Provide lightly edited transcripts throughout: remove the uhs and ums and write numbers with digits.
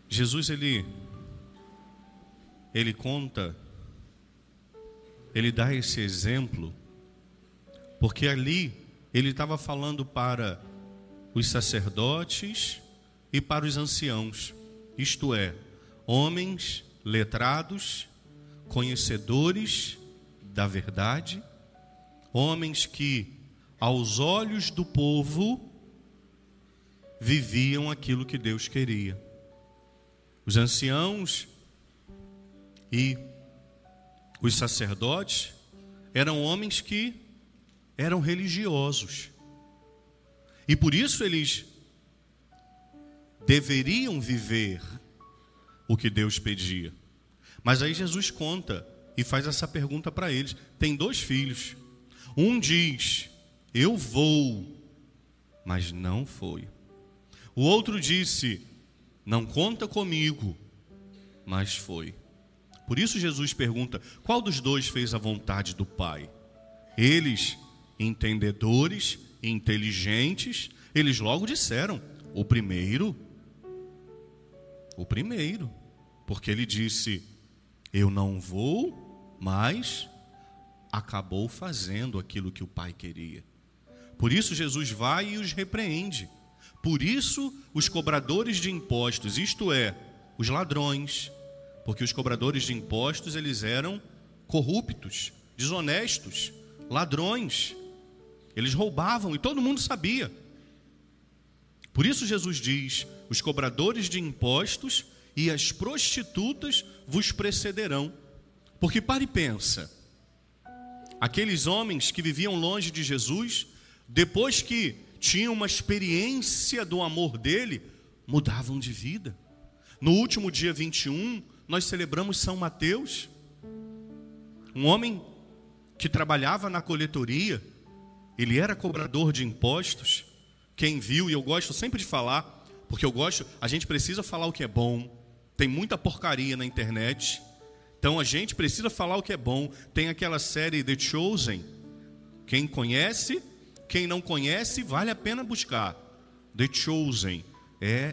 Jesus, ele conta, ele dá esse exemplo, porque ali ele estava falando para os sacerdotes e para os anciãos, isto é, homens letrados, conhecedores da verdade, homens que, aos olhos do povo, viviam aquilo que Deus queria. Os anciãos e os sacerdotes eram homens que eram religiosos, e por isso eles deveriam viver o que Deus pedia. Mas aí Jesus conta e faz essa pergunta para eles. Tem 2 filhos. Um diz, eu vou, mas não foi. O outro disse, não conta comigo, mas foi. Por isso Jesus pergunta, qual dos 2 fez a vontade do Pai? Eles, entendedores, inteligentes, eles logo disseram, o primeiro, porque ele disse, eu não vou, mas acabou fazendo aquilo que o Pai queria. Por isso Jesus vai e os repreende. Por isso os cobradores de impostos, isto é, os ladrões, porque os cobradores de impostos eles eram corruptos, desonestos, ladrões. Eles roubavam e todo mundo sabia. Por isso Jesus diz, os cobradores de impostos e as prostitutas vos precederão. Porque para e pensa, aqueles homens que viviam longe de Jesus, depois que tinham uma experiência do amor dele, mudavam de vida. No último dia 21, nós celebramos São Mateus, um homem que trabalhava na coletoria, ele era cobrador de impostos. Quem viu, e eu gosto sempre de falar, porque a gente precisa falar o que é bom. Tem muita porcaria na internet, então a gente precisa falar o que é bom. Tem aquela série The Chosen, quem conhece, quem não conhece, vale a pena buscar. The Chosen, é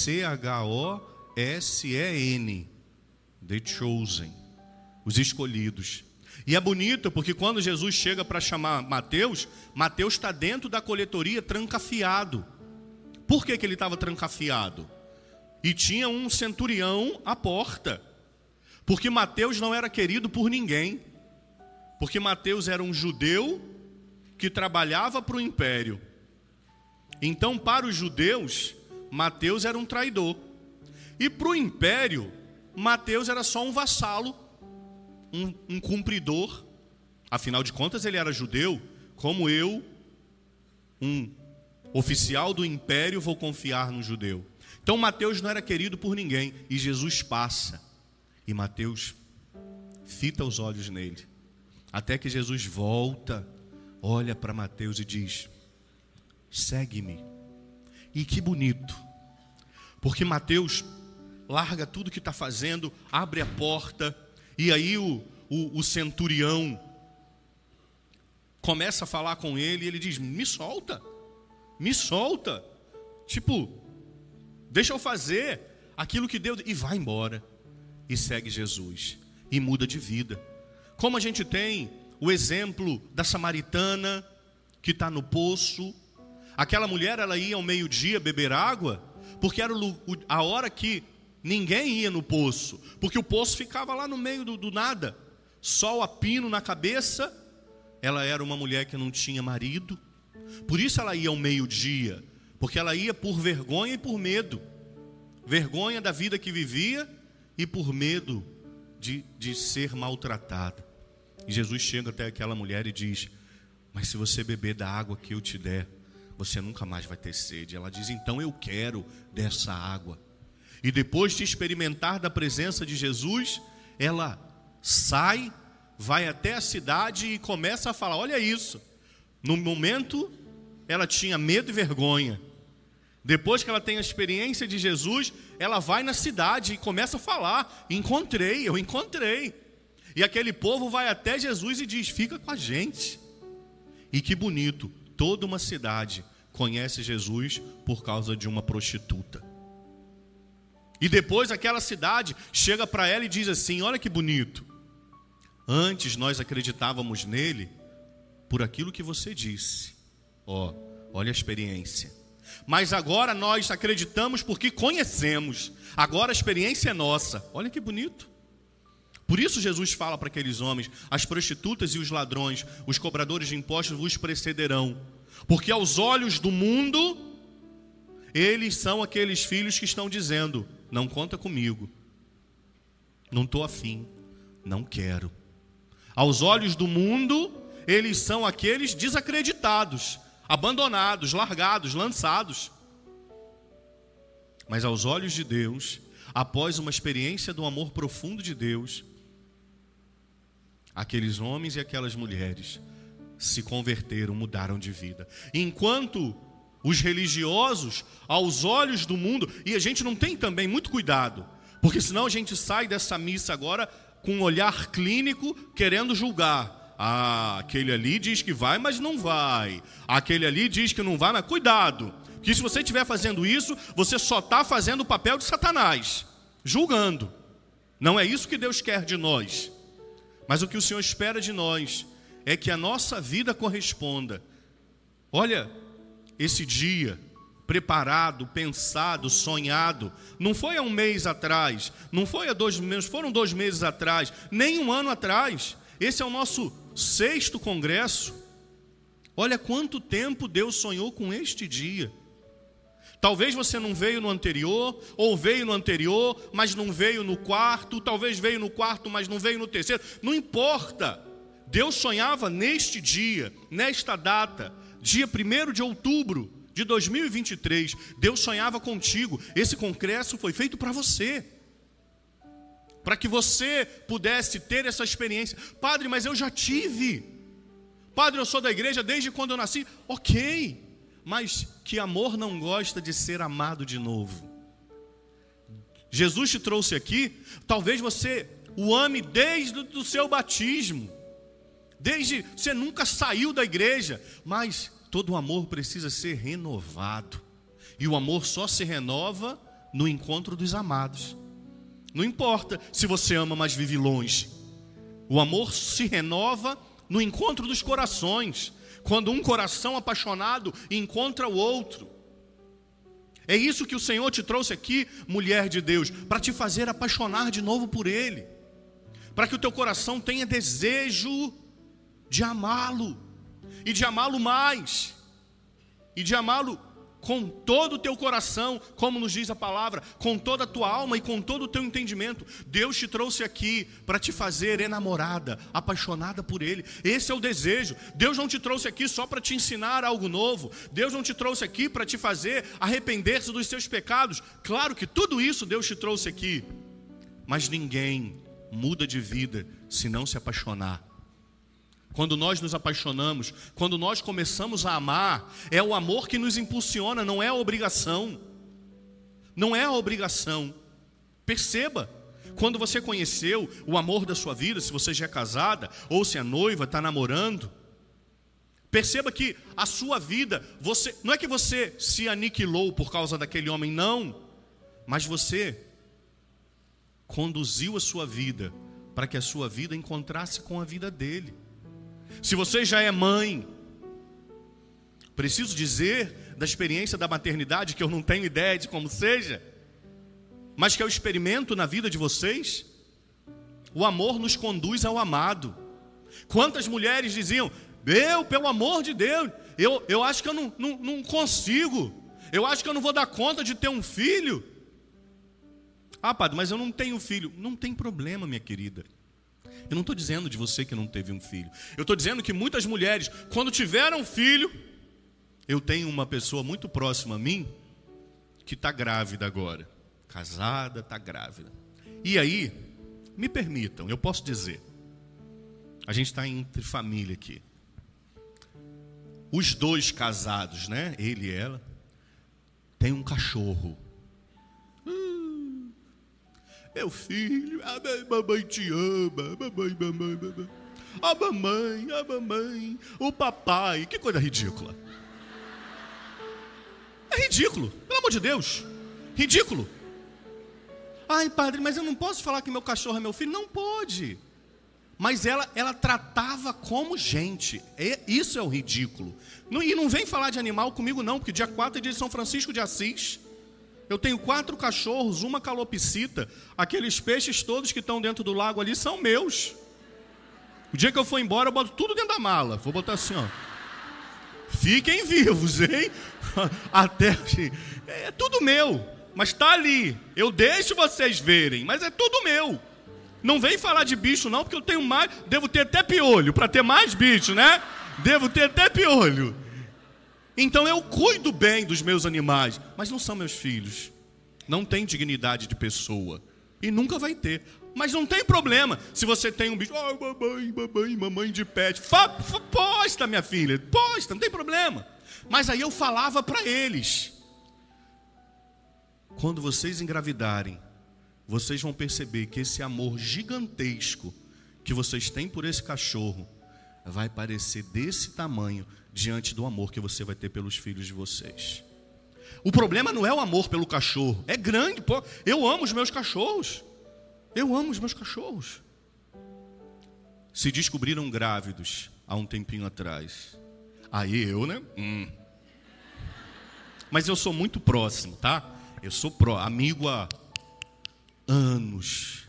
C-H-O-S-E-N, The Chosen, os escolhidos. E é bonito porque quando Jesus chega para chamar Mateus, Mateus está dentro da coletoria trancafiado. Por que ele estava trancafiado? E tinha um centurião à porta. Porque Mateus não era querido por ninguém. Porque Mateus era um judeu que trabalhava para o império. Então, para os judeus, Mateus era um traidor. E para o império, Mateus era só um vassalo, um cumpridor. Afinal de contas, ele era judeu, como eu, um oficial do império, vou confiar no judeu. Então Mateus não era querido por ninguém, e Jesus passa, e Mateus fita os olhos nele, até que Jesus volta, olha para Mateus e diz, segue-me. E que bonito, porque Mateus larga tudo que está fazendo, abre a porta, e aí o centurião começa a falar com ele, e ele diz, me solta, tipo, deixa eu fazer aquilo que Deus... E vai embora, e segue Jesus, e muda de vida. Como a gente tem o exemplo da samaritana, que está no poço. Aquela mulher, ela ia ao meio-dia beber água, porque era a hora que ninguém ia no poço, porque o poço ficava lá no meio do nada, sol a pino na cabeça. Ela era uma mulher que não tinha marido, por isso ela ia ao meio-dia, porque ela ia por vergonha e por medo. Vergonha da vida que vivia e por medo de ser maltratada. E Jesus chega até aquela mulher e diz, mas se você beber da água que eu te der, você nunca mais vai ter sede. Ela diz, então eu quero dessa água. E depois de experimentar da presença de Jesus, ela sai, vai até a cidade e começa a falar, olha isso. No momento, ela tinha medo e vergonha. Depois que ela tem a experiência de Jesus, ela vai na cidade e começa a falar, eu encontrei. E aquele povo vai até Jesus e diz, fica com a gente. E que bonito, toda uma cidade conhece Jesus por causa de uma prostituta. E depois aquela cidade chega para ela e diz assim: olha que bonito, antes nós acreditávamos nele por aquilo que você disse. Olha a experiência. Mas agora nós acreditamos porque conhecemos. Agora a experiência é nossa. Olha que bonito. Por isso Jesus fala para aqueles homens: as prostitutas e os ladrões, os cobradores de impostos vos precederão. Porque aos olhos do mundo, eles são aqueles filhos que estão dizendo: não conta comigo, não estou afim, não quero. Aos olhos do mundo, eles são aqueles desacreditados, abandonados, largados, lançados. Mas aos olhos de Deus, após uma experiência do amor profundo de Deus, aqueles homens e aquelas mulheres se converteram, mudaram de vida. Enquanto os religiosos, aos olhos do mundo, e a gente não tem também muito cuidado, porque senão a gente sai dessa missa agora com um olhar clínico, querendo julgar. Aquele ali diz que vai, mas não vai. Aquele ali diz que não vai, mas cuidado, que se você estiver fazendo isso, você só está fazendo o papel de Satanás, julgando. Não é isso que Deus quer de nós. Mas o que o Senhor espera de nós é que a nossa vida corresponda. Olha, esse dia preparado, pensado, sonhado, não foi há um mês atrás, não foi há 2 meses, foram 2 meses atrás, nem 1 ano atrás. Esse é o nosso 6º congresso. Olha quanto tempo Deus sonhou com este dia. Talvez você não veio no anterior, ou veio no anterior, mas não veio no 4º, talvez veio no 4º, mas não veio no 3º, não importa. Deus sonhava neste dia, nesta data, dia 1º de outubro de 2023, Deus sonhava contigo. Esse congresso foi feito para você, para que você pudesse ter essa experiência. Padre, mas eu já tive. Padre, eu sou da igreja desde quando eu nasci. Ok, mas que amor não gosta de ser amado de novo? Jesus te trouxe aqui, talvez você o ame desde o seu batismo, desde você nunca saiu da igreja, mas todo amor precisa ser renovado. E o amor só se renova no encontro dos amados. Não importa se você ama, mas vive longe. O amor se renova no encontro dos corações, quando um coração apaixonado encontra o outro. É isso que o Senhor te trouxe aqui, mulher de Deus, para te fazer apaixonar de novo por Ele, para que o teu coração tenha desejo de amá-lo, e de amá-lo mais, e de amá-lo com todo o teu coração, como nos diz a palavra, com toda a tua alma e com todo o teu entendimento. Deus te trouxe aqui para te fazer enamorada, apaixonada por Ele. Esse é o desejo. Deus não te trouxe aqui só para te ensinar algo novo. Deus não te trouxe aqui para te fazer arrepender-se dos seus pecados. Claro que tudo isso Deus te trouxe aqui, mas ninguém muda de vida se não se apaixonar. Quando nós nos apaixonamos, quando nós começamos a amar, é o amor que nos impulsiona, não é a obrigação. Não é a obrigação. Perceba, quando você conheceu o amor da sua vida, se você já é casada, ou se é noiva, está namorando, perceba que a sua vida, não é que você se aniquilou por causa daquele homem, não. Mas você conduziu a sua vida para que a sua vida encontrasse com a vida dele. Se você já é mãe, preciso dizer da experiência da maternidade, que eu não tenho ideia de como seja, mas que eu experimento na vida de vocês. O amor nos conduz ao amado. Quantas mulheres diziam: pelo amor de Deus, eu acho que eu não consigo, eu acho que eu não vou dar conta de ter um filho. Ah, padre, mas eu não tenho filho. Não tem problema, minha querida. Eu não estou dizendo de você que não teve um filho. Eu estou dizendo que muitas mulheres, quando tiveram filho, eu tenho uma pessoa muito próxima a mim que está grávida agora. Casada, está grávida. E aí, me permitam, eu posso dizer, a gente está entre família aqui. Os dois casados, né? Ele e ela, tem um cachorro. Meu filho, a mamãe te ama, mamãe. A mamãe, o papai. Que coisa ridícula. É ridículo, pelo amor de Deus. Ridículo. Ai, padre, mas eu não posso falar que meu cachorro é meu filho? Não pode. Mas ela tratava como gente. Isso é o ridículo. E não vem falar de animal comigo não, porque dia 4 é dia de São Francisco de Assis. Eu tenho 4 cachorros, uma calopsita. Aqueles peixes todos que estão dentro do lago ali são meus. O dia que eu for embora, eu boto tudo dentro da mala. Vou botar assim, ó. Fiquem vivos, hein? Até... É tudo meu. Mas está ali. Eu deixo vocês verem, mas é tudo meu. Não vem falar de bicho não, porque eu tenho mais... Devo ter até piolho, para ter mais bicho, né? Devo ter até piolho. Então eu cuido bem dos meus animais, mas não são meus filhos. Não tem dignidade de pessoa. E nunca vai ter. Mas não tem problema. Se você tem um bicho... mamãe de pet. Posta, minha filha. Posta, não tem problema. Mas aí eu falava para eles. Quando vocês engravidarem, vocês vão perceber que esse amor gigantesco que vocês têm por esse cachorro vai parecer desse tamanho diante do amor que você vai ter pelos filhos de vocês. O problema não é o amor pelo cachorro. É grande, pô. Eu amo os meus cachorros. Eu amo os meus cachorros. Se descobriram grávidos há um tempinho atrás. Aí eu, né? Mas eu sou muito próximo, tá? Eu sou amigo há anos.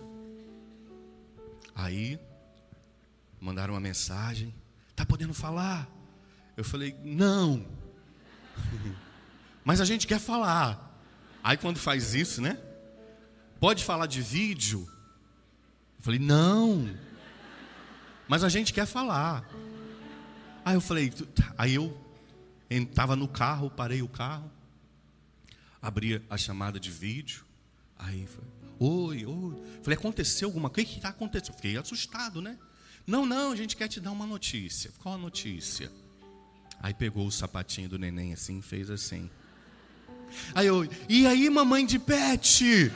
Aí mandaram uma mensagem. Tá podendo falar? Eu falei, não. Mas a gente quer falar. Aí quando faz isso, né? Pode falar de vídeo? Eu falei, não. Mas a gente quer falar. Aí eu falei, aí eu estava no carro, parei o carro, abri a chamada de vídeo. Aí foi, oi. Falei, aconteceu alguma coisa? O que está acontecendo? Fiquei assustado, né? Não, a gente quer te dar uma notícia. Qual a notícia? Aí pegou o sapatinho do neném assim, fez assim. Aí eu, e aí, mamãe de pet?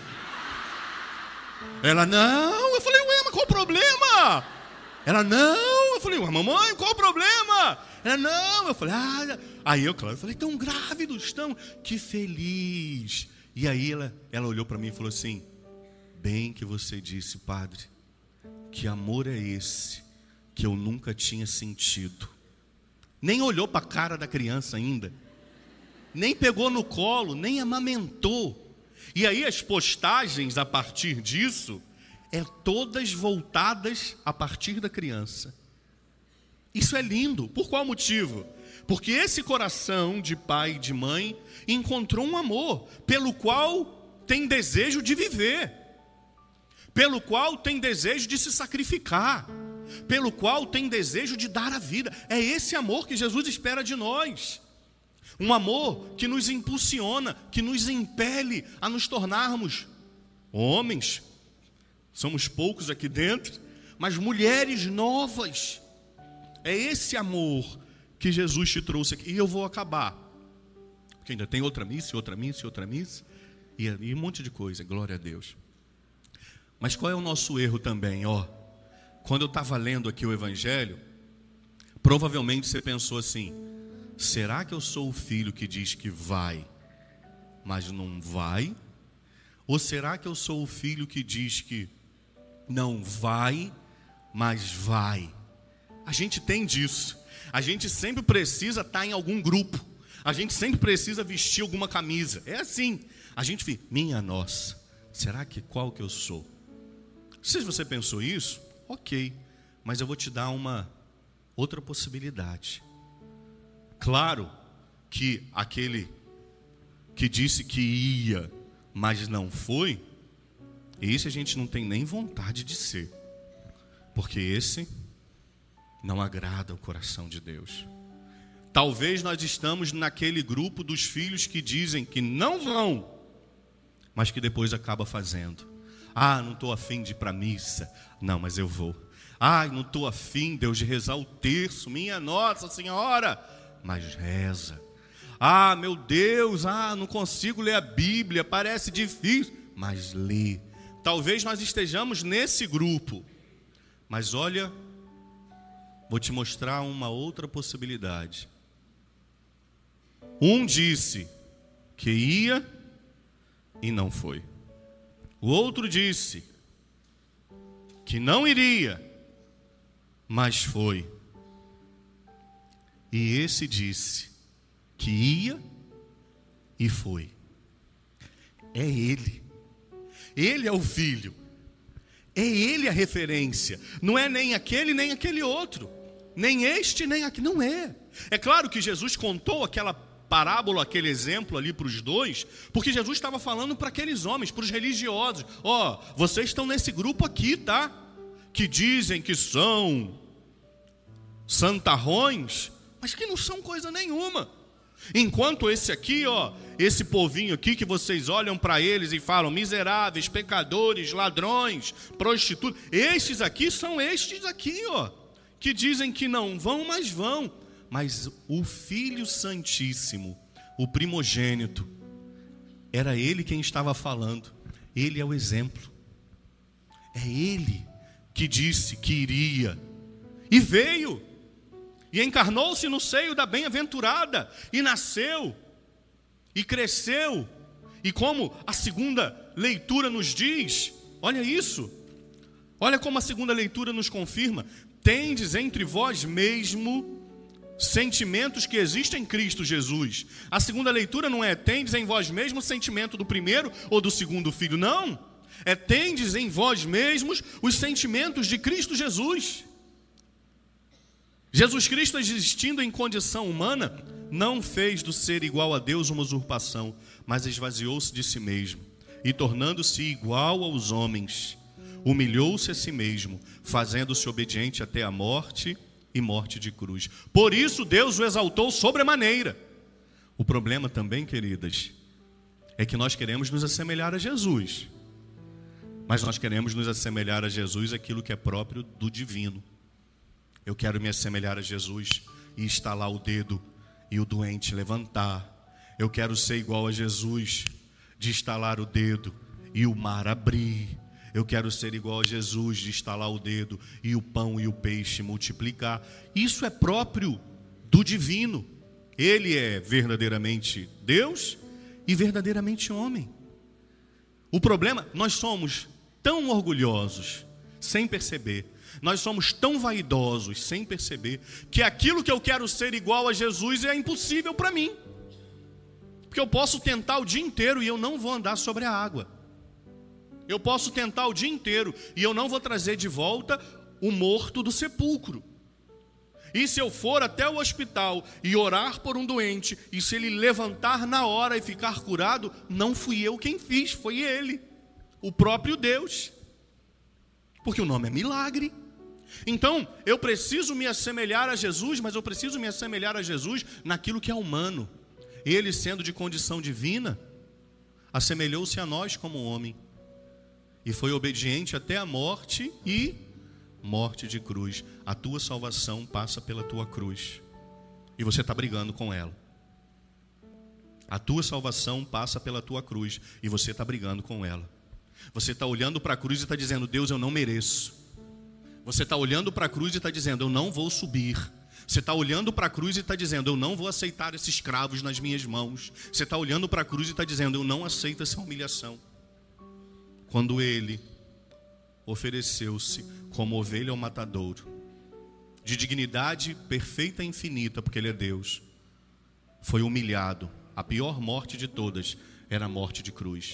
Ela, não. Eu falei, ué, mas qual o problema? Ela, não. Eu falei, ué, mamãe, qual o problema? Ela, não. Eu falei, Aí eu, claro, falei, tão grávidos, estão. Que feliz. E aí ela olhou para mim e falou assim, bem que você disse, padre, que amor é esse que eu nunca tinha sentido. Nem olhou para a cara da criança ainda. Nem pegou no colo, nem amamentou. E aí as postagens a partir disso, todas voltadas a partir da criança. Isso é lindo. Por qual motivo? Porque esse coração de pai e de mãe encontrou um amor pelo qual tem desejo de viver, pelo qual tem desejo de se sacrificar, pelo qual tem desejo de dar a vida. É esse amor que Jesus espera de nós. Um amor que nos impulsiona, que nos impele a nos tornarmos homens. Somos poucos aqui dentro, mas mulheres novas. É esse amor que Jesus te trouxe aqui. E eu vou acabar, porque ainda tem outra missa, e um monte de coisa, glória a Deus. Mas qual é o nosso erro também? Quando eu estava lendo aqui o Evangelho, provavelmente você pensou assim, será que eu sou o filho que diz que vai, mas não vai? Ou será que eu sou o filho que diz que não vai, mas vai? A gente tem disso. A gente sempre precisa estar em algum grupo. A gente sempre precisa vestir alguma camisa. É assim. A gente fica, minha nossa, será que qual que eu sou? Se você pensou isso, ok. Mas eu vou te dar uma outra possibilidade. Claro que aquele que disse que ia, mas não foi, esse a gente não tem nem vontade de ser. Porque esse não agrada o coração de Deus. Talvez nós estamos naquele grupo dos filhos que dizem que não vão, mas que depois acaba fazendo. Não estou afim de ir para a missa. Não, mas eu vou. Não estou afim, Deus, de rezar o terço. Minha Nossa Senhora. Mas reza. Meu Deus, não consigo ler a Bíblia, parece difícil. Mas lê. Talvez nós estejamos nesse grupo. Mas olha, vou te mostrar uma outra possibilidade. Um disse que ia e não foi. O outro disse que não iria, mas foi. E esse disse que ia e foi. É Ele. Ele é o Filho. É Ele a referência. Não é nem aquele outro. Nem este, nem aquele. Não é. É claro que Jesus contou aquela parábola, aquele exemplo ali para os dois, porque Jesus estava falando para aqueles homens, para os religiosos. Ó, vocês estão nesse grupo aqui, tá? Que dizem que são santarrões, mas que não são coisa nenhuma. Enquanto esse aqui, ó, esse povinho aqui que vocês olham para eles e falam miseráveis, pecadores, ladrões, prostitutas, estes aqui são estes aqui, ó, que dizem que não vão, mas vão. Mas o Filho Santíssimo, o primogênito, era Ele quem estava falando. Ele é o exemplo. É Ele que disse que iria e veio. E encarnou-se no seio da bem-aventurada, e nasceu, e cresceu, e como a segunda leitura nos diz, olha isso, olha como a segunda leitura nos confirma: tendes entre vós mesmo sentimentos que existem em Cristo Jesus. A segunda leitura não é tendes em vós mesmo o sentimento do primeiro ou do segundo filho, não, é tendes em vós mesmos os sentimentos de Cristo Jesus. Jesus Cristo, existindo em condição humana, não fez do ser igual a Deus uma usurpação, mas esvaziou-se de si mesmo, e tornando-se igual aos homens, humilhou-se a si mesmo, fazendo-se obediente até a morte e morte de cruz. Por isso Deus o exaltou sobremaneira. O problema também, queridas, é que nós queremos nos assemelhar a Jesus, mas nós queremos nos assemelhar a Jesus aquilo que é próprio do divino. Eu quero me assemelhar a Jesus e estalar o dedo e o doente levantar. Eu quero ser igual a Jesus, de estalar o dedo e o mar abrir. Eu quero ser igual a Jesus, de estalar o dedo e o pão e o peixe multiplicar. Isso é próprio do divino. Ele é verdadeiramente Deus e verdadeiramente homem. O problema, nós somos tão orgulhosos, sem perceber. Nós somos tão vaidosos, sem perceber, que aquilo que eu quero ser igual a Jesus é impossível para mim. Porque eu posso tentar o dia inteiro e eu não vou andar sobre a água. Eu posso tentar o dia inteiro e eu não vou trazer de volta o morto do sepulcro. E se eu for até o hospital e orar por um doente, e se ele levantar na hora e ficar curado, não fui eu quem fiz, foi ele, o próprio Deus. Porque o nome é milagre. Então, eu preciso me assemelhar a Jesus, mas eu preciso me assemelhar a Jesus naquilo que é humano. Ele, sendo de condição divina, assemelhou-se a nós como homem. E foi obediente até a morte e morte de cruz. A tua salvação passa pela tua cruz. E você está brigando com ela. A tua salvação passa pela tua cruz. E você está brigando com ela. Você está olhando para a cruz e está dizendo: Deus, eu não mereço. Você está olhando para a cruz e está dizendo: eu não vou subir. Você está olhando para a cruz e está dizendo: eu não vou aceitar esses cravos nas minhas mãos. Você está olhando para a cruz e está dizendo: eu não aceito essa humilhação. Quando Ele ofereceu-se como ovelha ao matadouro, de dignidade perfeita e infinita, porque Ele é Deus, foi humilhado. A pior morte de todas era a morte de cruz.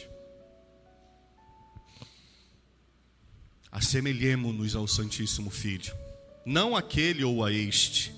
Assemelhemo-nos ao Santíssimo Filho, não àquele ou a este,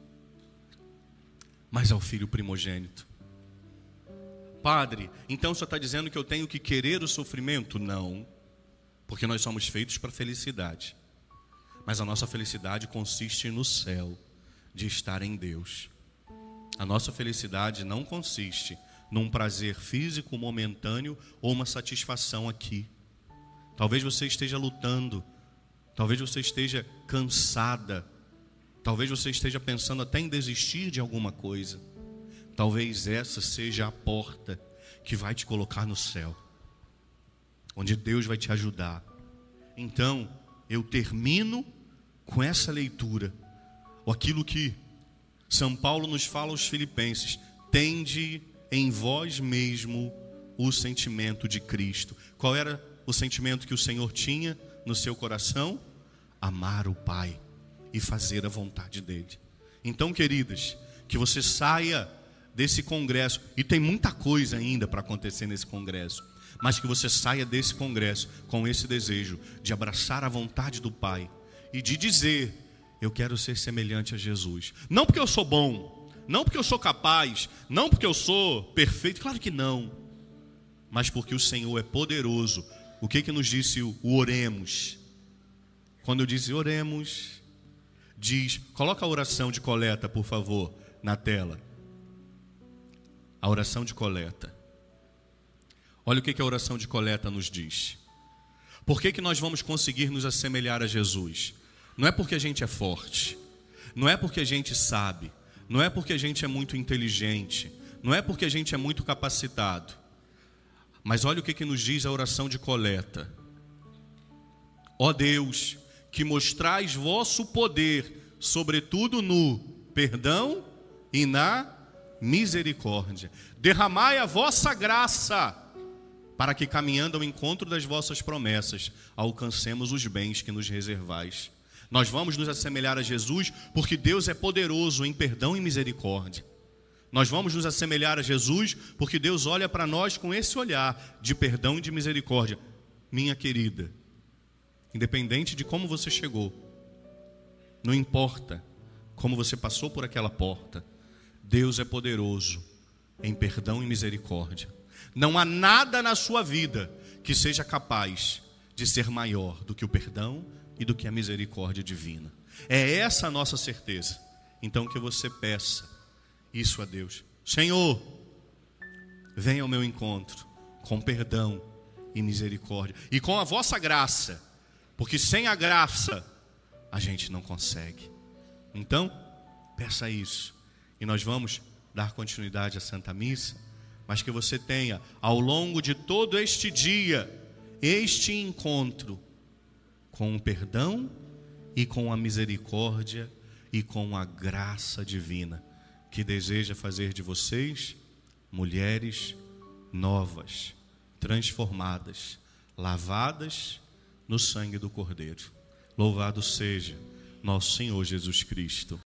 mas ao Filho primogênito. Padre, então o senhor está dizendo que eu tenho que querer o sofrimento? Não, porque nós somos feitos para a felicidade. Mas a nossa felicidade consiste no céu, de estar em Deus. A nossa felicidade não consiste num prazer físico momentâneo ou uma satisfação aqui. Talvez você esteja lutando, talvez você esteja cansada, talvez você esteja pensando até em desistir de alguma coisa. Talvez essa seja a porta que vai te colocar no céu, onde Deus vai te ajudar. Então, eu termino com essa leitura, ou aquilo que São Paulo nos fala aos Filipenses: tende em vós mesmo o sentimento de Cristo. Qual era o sentimento que o Senhor tinha no seu coração? Amar o Pai e fazer a vontade dele. Então, queridas, que você saia desse congresso, e tem muita coisa ainda para acontecer nesse congresso, mas que você saia desse congresso com esse desejo de abraçar a vontade do Pai e de dizer: eu quero ser semelhante a Jesus. Não porque eu sou bom, não porque eu sou capaz, não porque eu sou perfeito, claro que não, mas porque o Senhor é poderoso. O que nos disse o oremos? Quando eu disse oremos, diz, coloca a oração de coleta, por favor, na tela. A oração de coleta. Olha o que a oração de coleta nos diz. Por que nós vamos conseguir nos assemelhar a Jesus? Não é porque a gente é forte, não é porque a gente sabe, não é porque a gente é muito inteligente, não é porque a gente é muito capacitado. Mas olha o que nos diz a oração de coleta. Ó Deus, que mostrais vosso poder, sobretudo no perdão e na misericórdia. Derramai a vossa graça, para que, caminhando ao encontro das vossas promessas, alcancemos os bens que nos reservais. Nós vamos nos assemelhar a Jesus, porque Deus é poderoso em perdão e misericórdia. Nós vamos nos assemelhar a Jesus, porque Deus olha para nós com esse olhar de perdão e de misericórdia. Minha querida, independente de como você chegou, não importa como você passou por aquela porta, Deus é poderoso em perdão e misericórdia. Não há nada na sua vida que seja capaz de ser maior do que o perdão e do que a misericórdia divina. É essa a nossa certeza. Então que você peça isso a Deus. Senhor, venha ao meu encontro com perdão e misericórdia e com a vossa graça, porque sem a graça a gente não consegue. Então, peça isso. E nós vamos dar continuidade à Santa Missa, mas que você tenha, ao longo de todo este dia, este encontro com o perdão e com a misericórdia e com a graça divina, que deseja fazer de vocês mulheres novas, transformadas, lavadas no sangue do Cordeiro. Louvado seja nosso Senhor Jesus Cristo.